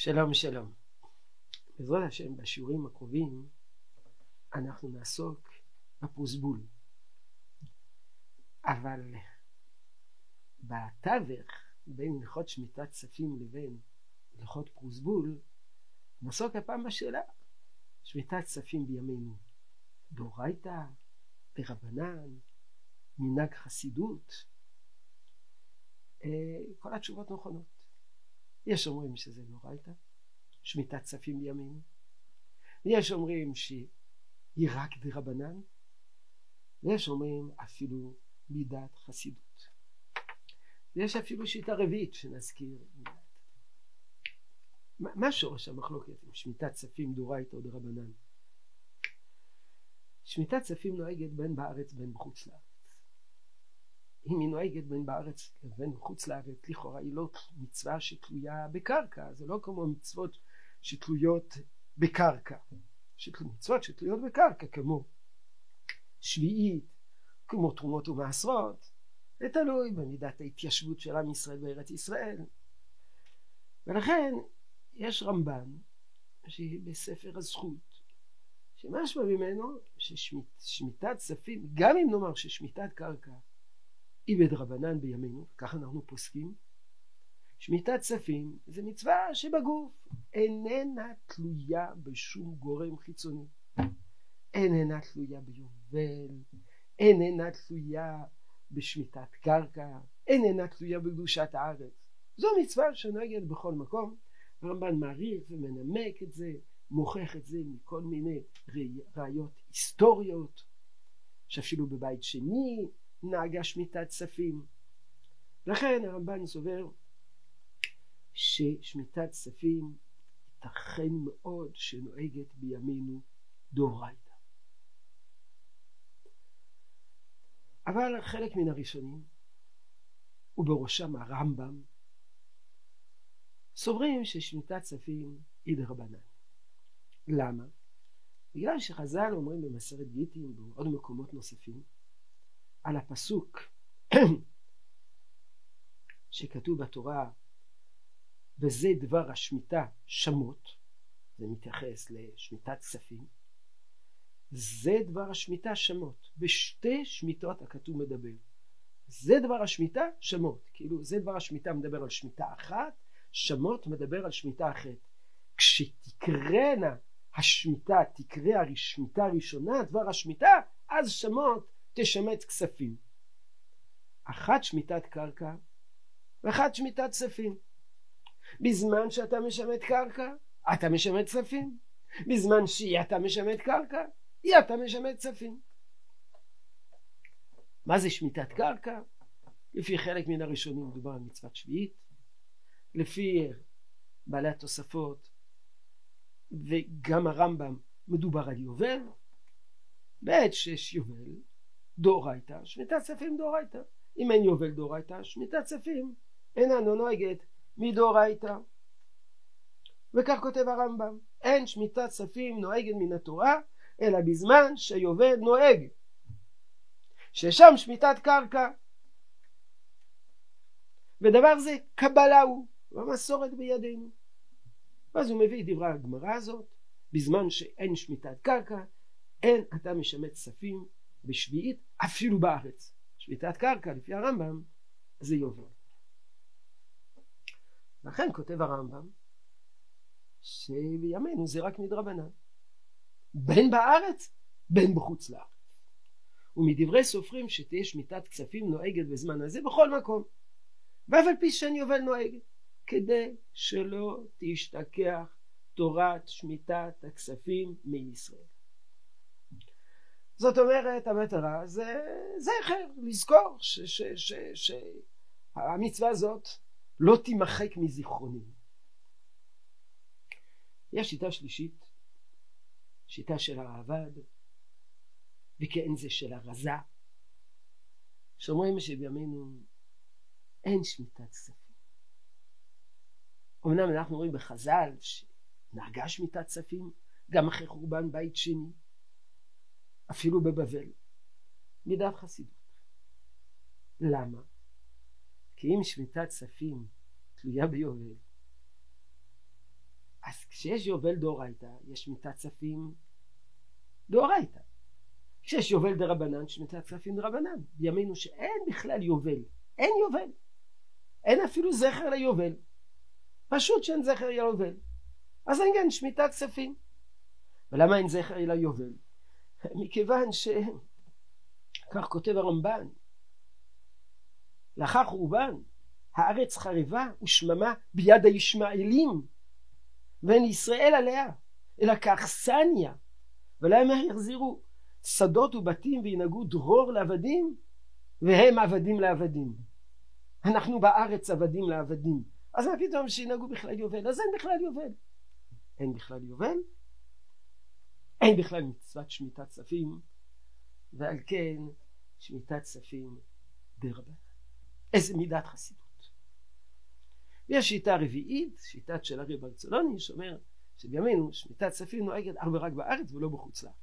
שלום שלום. בעזרת השם בשיעורים הקרובים אנחנו נעסוק בפרוסבול, אבל בתווך בין הלכות שמיטת כספים לבין הלכות פרוסבול נעסוק הפעם בשאלה: שמיטת כספים בימינו דאורייתא, דרבנן, מנהג חסידות? כל התשובות נכונות. יש אומרים שזה דאורייתא, שמיטת כספים בימינו, ויש אומרים שהיא רק דרבנן, ויש אומרים אפילו מידת חסידות, ויש אפילו שיטה רביעית שנזכיר. מה שורש המחלוקת עם שמיטת כספים דאורייתא או דרבנן? שמיטת כספים נוהגת בין בארץ בין בחוץ לארץ. אם היא נוהגת בין בארץ לבין בחוץ לארץ, לכאורה היא לא מצווה שתלויה בקרקע. זה לא כמו מצוות שתלויות בקרקע. מצוות שתלויות בקרקע כמו שביעית, כמו תרומות ומעשרות, זה תלוי במידת ההתיישבות של עם ישראל בארץ ישראל. ולכן יש רמב"ן בספר הזכות שמשמע ממנו ששמיטת כספים, גם אם נאמר ששמיטת קרקע היא בדרבנן בימינו, ככה אנחנו פוסקים, שמיטת כספים זה מצווה שבגוף, איננה תלויה בשום גורם חיצוני, איננה תלויה ביובל, איננה תלויה בשמיטת קרקע, איננה תלויה בקדושת הארץ. זו מצווה שנוהגת בכל מקום. הרמב"ן מעריך ומנמק את זה, מוכיח את זה מכל מיני ראיות היסטוריות, שאפילו בבית שני נהגה שמיטת כספים. לכן הרמב"ן סובר ששמיטת כספים ייתכן מאוד שנוהגת בימינו דאורייתא. אבל חלק מן הראשונים, ובראשם הרמב"ם, סוברים ששמיטת כספים היא דרבנן. למה? בגלל שחז"ל אומרים במסכת גיטין ובעוד מקומות נוספים על הפסוק שכתוב בתורה, וזה דבר השמיטה שמות, זה מתייחס לשמיטת כספים, זה דבר השמיטה שמות. בשתי שמיטות הכתוב מדבר, זה דבר השמיטה שמות, כאילו זה דבר השמיטה מדבר על שמיטה אחת, שמות מדבר על שמיטה אחרת. כשתקראנה השמיטה, תקרא השמיטה הראשונה דבר השמיטה, אז שמות תשמט כספים. אחת שמיטת קרקע ואחת שמיטת כספים. בזמן שאתה משמט קרקע אתה משמט כספים, בזמן שאתה משמט קרקע אתה משמט כספים. מה זה שמיטת קרקע? לפי חלק מן הראשונים מדובר על מצוות שביעית, לפי בעלי התוספות וגם הרמב"ם מדובר על יובל. בעת שיש יובל דאורייתא, שמיטת כספים דאורייתא. אם אין יובל דאורייתא, שמיטת כספים אינה נוהגת מדאורייתא. וכך כותב הרמב"ם: אין שמיטת כספים נוהגת מן התורה אלא בזמן שיובל נוהג, ששם שמיטת קרקע, ודבר זה קבלה הוא והמסורת בידינו. ואז הוא מביא דברי הגמרא הזאת: בזמן שאין שמיטת קרקע אין אתה משמט כספים בשביעית אפילו בארץ. שמיטת קרקע לפי הרמב"ם זה יובל. לכן כותב הרמב"ם שבימינו זה רק מדרבנן, בין בארץ בין בחוץ לארץ. ומדברי סופרים שתהיה שמיטת כספים נוהגת בזמן הזה בכל מקום, ואף על פי שאין יובל נוהגת, כדי שלא תשתכח תורת שמיטת הכספים מישראל. זאת אומרת, המטרה זה זכר, לזכור שהמצווה הזאת לא תימחק מזיכרוננו. יש שיטה שלישית, שיטה של הרעב"ד, וכן זה של הרזה, שאומרים שבימינו אין שמיטת כספים. אמנם אנחנו רואים בחז"ל שנהגה שמיטת כספים גם אחרי חורבן בית שני, אפילו בבבל, מידת חסידות. למה? כי אם שמיטת כספים תלויה ביובל, אז כשיש יובל דאורייתא יש שמיטת כספים דאורייתא, כשיש יובל דרבנן שמיטת כספים דרבנן. בימינו שאין בכלל יובל, אין יובל, אין אפילו זכר ליובל, פשוט שאין זכר ליובל, אז אין גם שמיטת כספים. ולמה אין זכר ליובל? מכיוון כך כותב הרמב"ן, לאחר חורבן הארץ חרבה ושממה ביד הישמעאלים ואין ישראל עליה אלא כאכסניה, ולהם יחזירו שדות ובתים וינהגו דרור לעבדים והם עבדים לעבדים. אנחנו בארץ עבדים לעבדים, אז מה פתאום שינהגו בכלל יובל? אז אין בכלל יובל, אין בכלל יובל, אין בכלל מצוות שמיטת כספים, ועל כן שמיטת כספים דרבנן. איזה מידת חסידות. ויש שיטה רביעית, שיטת של הרי ברצלוני, שאומר שבימינו שמיטת כספים נוהגת רק בארץ ולא בחוץ לארץ.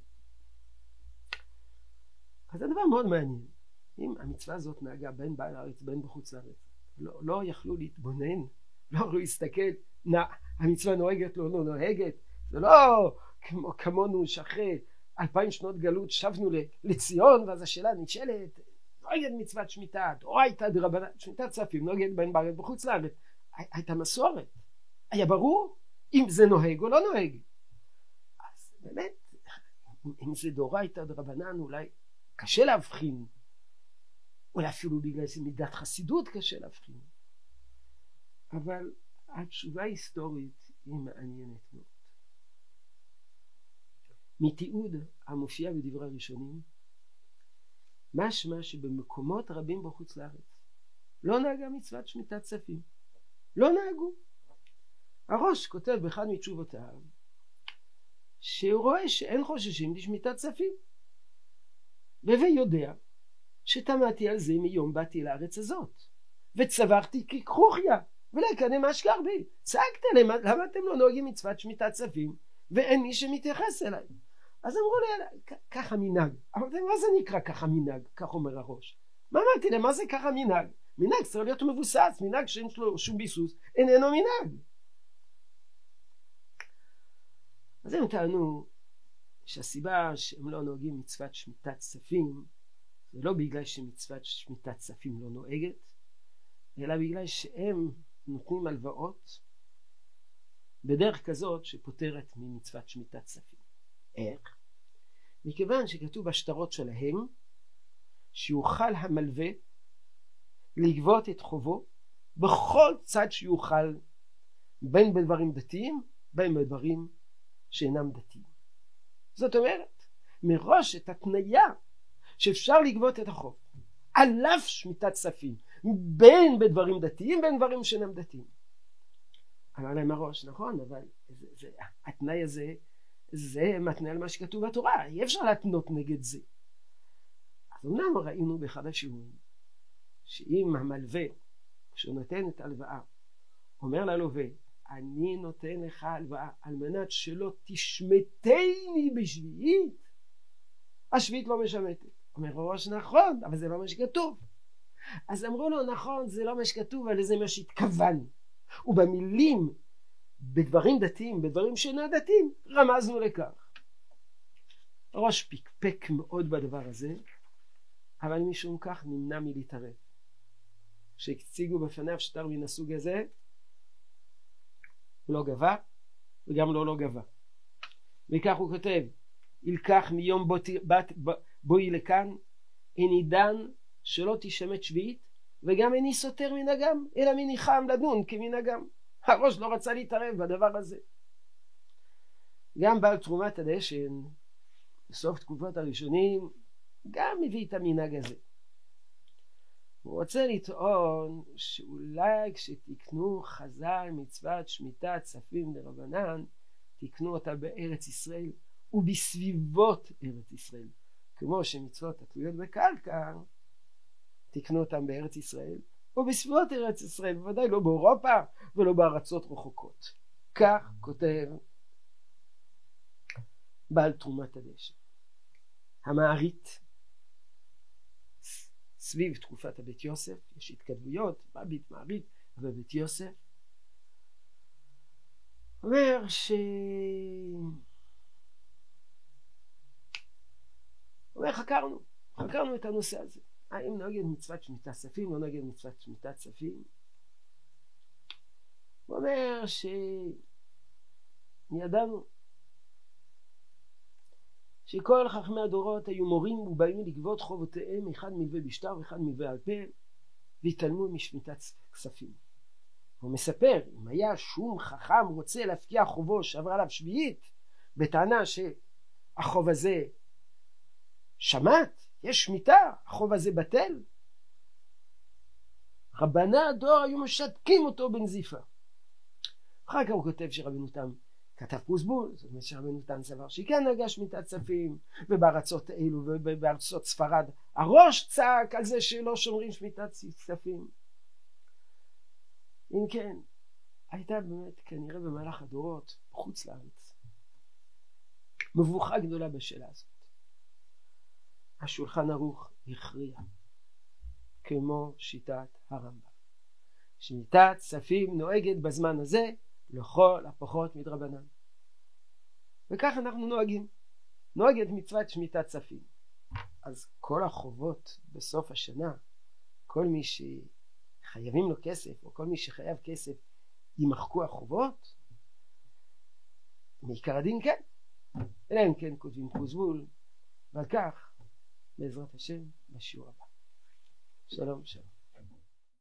אז זה דבר מאוד מעניין. אם המצווה הזאת נהגה בין בארץ בין בחוץ לארץ, לא יכלו להתבונן, לא יכלו להסתכל, המצווה נוהגת לא נוהגת, זה לא כמונו שאחרי 2000 שנות גלות שבנו לציון, ואז השאלה נשאלת, נוהגת מצוות שמיטה, או הייתה דרבנן, שמיטת כספים נוהגת בין בארץ בחוץ לארץ, הייתה מסורת, היה ברור אם זה נוהג או לא נוהג. אז באמת, אם זה דאורייתא דרבנן אולי קשה להבחין, אולי אפילו בגלל זה מידת חסידות קשה להבחין, אבל התשובה ההיסטורית היא מעניינת מאוד. מתיעוד המופיע בדברי הראשונים משמע שבמקומות רבים בחוץ לארץ לא נהגה מצוות שמיטת כספים, לא נהגו. הראש כותב באחד מתשובותיו שהוא רואה שאין חוששים לשמיטת כספים, ויודע שתמדתי על זה מיום באתי לארץ הזאת וצווחתי ככרוכיה ולקדם מה שקר בי, צעקתי להם למה אתם לא נוהגים מצוות שמיטת כספים ואין מי שמתייחס אליי. אז אמרו לי ככה מנהג. אמרתי מה זה נקרא ככה מנהג? כך אומר הראש. מה אמרתי להם? מה זה ככה מנהג? מנהג צריך להיות מבוסס, מנהג שאין שלו שום ביסוס איננו מנהג. אז הם טענו שהסיבה שהם לא נוהגים מצוות שמיטת כספים זה לא בגלל שמצוות שמיטת כספים לא נוהגת, אלא בגלל שהם נותנים הלוואות בדרך כזאת שפותרת ממצוות שמיטת כספים. איך? מכיוון שכתוב בשטרות שלהם שיוכל המלווה לגבות את חובו בכל צד שיוכל, בין בדברים דתיים בין בדברים שאינם דתיים. זאת אומרת מראש את התניה שאפשר לגבות את החוב על אף שמיטת כספים בין בדברים דתיים בין דברים שאינם דתיים. אמר להם הראש נכון, אבל התנאי הזה זה מתנה על מה שכתוב בתורה, אי אפשר להתנות נגד זה. אז אמנם ראינו באחד השיעורים שאם המלווה שנותן את ההלוואה אומר ללווה אני נותן לך הלוואה על מנת שלא תשמטני בשביעית, השביעית לא משמטת. אומר הראש נכון, אבל זה לא מה שכתוב. אז אמרו לו נכון זה לא מה שכתוב, אבל זה מה שהתכוון, ובמילים בדברים דתיים בדברים שאינם דתיים רמזנו לכך. הראש פקפק מאוד בדבר הזה, אבל משום כך נמנע מלהתערב. כשהציגו בפניו שטר מן הסוג הזה הוא לא גבה וגם לא גבה, וכך הוא כותב ילקח מיום בואי לכאן איני דן שלא תשמט שביעית וגם איני סותר מנהגם אלא מניחם לדון כמנהגם. הראש לא רצה להתערב בדבר הזה. גם בעל תרומת הדשן בסוף תקופות הראשונים גם מביא את המנהג הזה. הוא רוצה לטעון שאולי כשתקנו חז"ל מצוות שמיטת כספים דרבנן תקנו אותה בארץ ישראל ובסביבות ארץ ישראל, כמו שמצוות התלויות בקרקע תקנו אותם בארץ ישראל ובסביבות ארץ ישראל, בוודאי לא באירופה ולא בארצות רחוקות. כך כותב בעל תרומת הדשן. המערית סביב תקופת הבית יוסף יש התכתבויות בבית מערית ובבית יוסף, אומר חקרנו את הנושא הזה, האם נוגד מצוות שמיטת כספים, לא נוגד מצוות שמיטת כספים. הוא אומר שידענו שכל חכמי הדורות היו מורים ובאים לגבות חובותיהם, אחד מלווה בשטר ואחד מלווה על פה, והתעלמו משמיטת כספים. הוא מספר, אם היה שום חכם רוצה להפקיע חובו שעבר עליו שביעית, בטענה שהחוב הזה שמט, יש שמיטה, החוב הזה בטל, רבני הדור היו משתקים אותו בנזיפה. אחר כך הוא כותב שרבנו תם כתב פרוסבול, זאת אומרת שרבנו תם סבר שכן נגע שמיטת כספים, ובארצות אלו ובארצות ספרד הראש צעק על זה שלא שומרים שמיטת כספים. אם כן, הייתה באמת כנראה במהלך הדורות בחוץ לארץ מבוכה גדולה בשאלה הזאת. השולחן ערוך הכריע כמו שיטת הרמב"ם, שמיטת כספים נוהגת בזמן הזה לכל הפחות מדרבנן, וכך אנחנו נוהגת מצוות שמיטת כספים. אז כל החובות בסוף השנה, כל מי שחייבים לו כסף או כל מי שחייב כסף, יימחקו החובות? מעיקר הדין כן, אלא אם כן כותבים פרוסבול, ועל כך בעזרת השם בשיעור הבא. שלום שלום.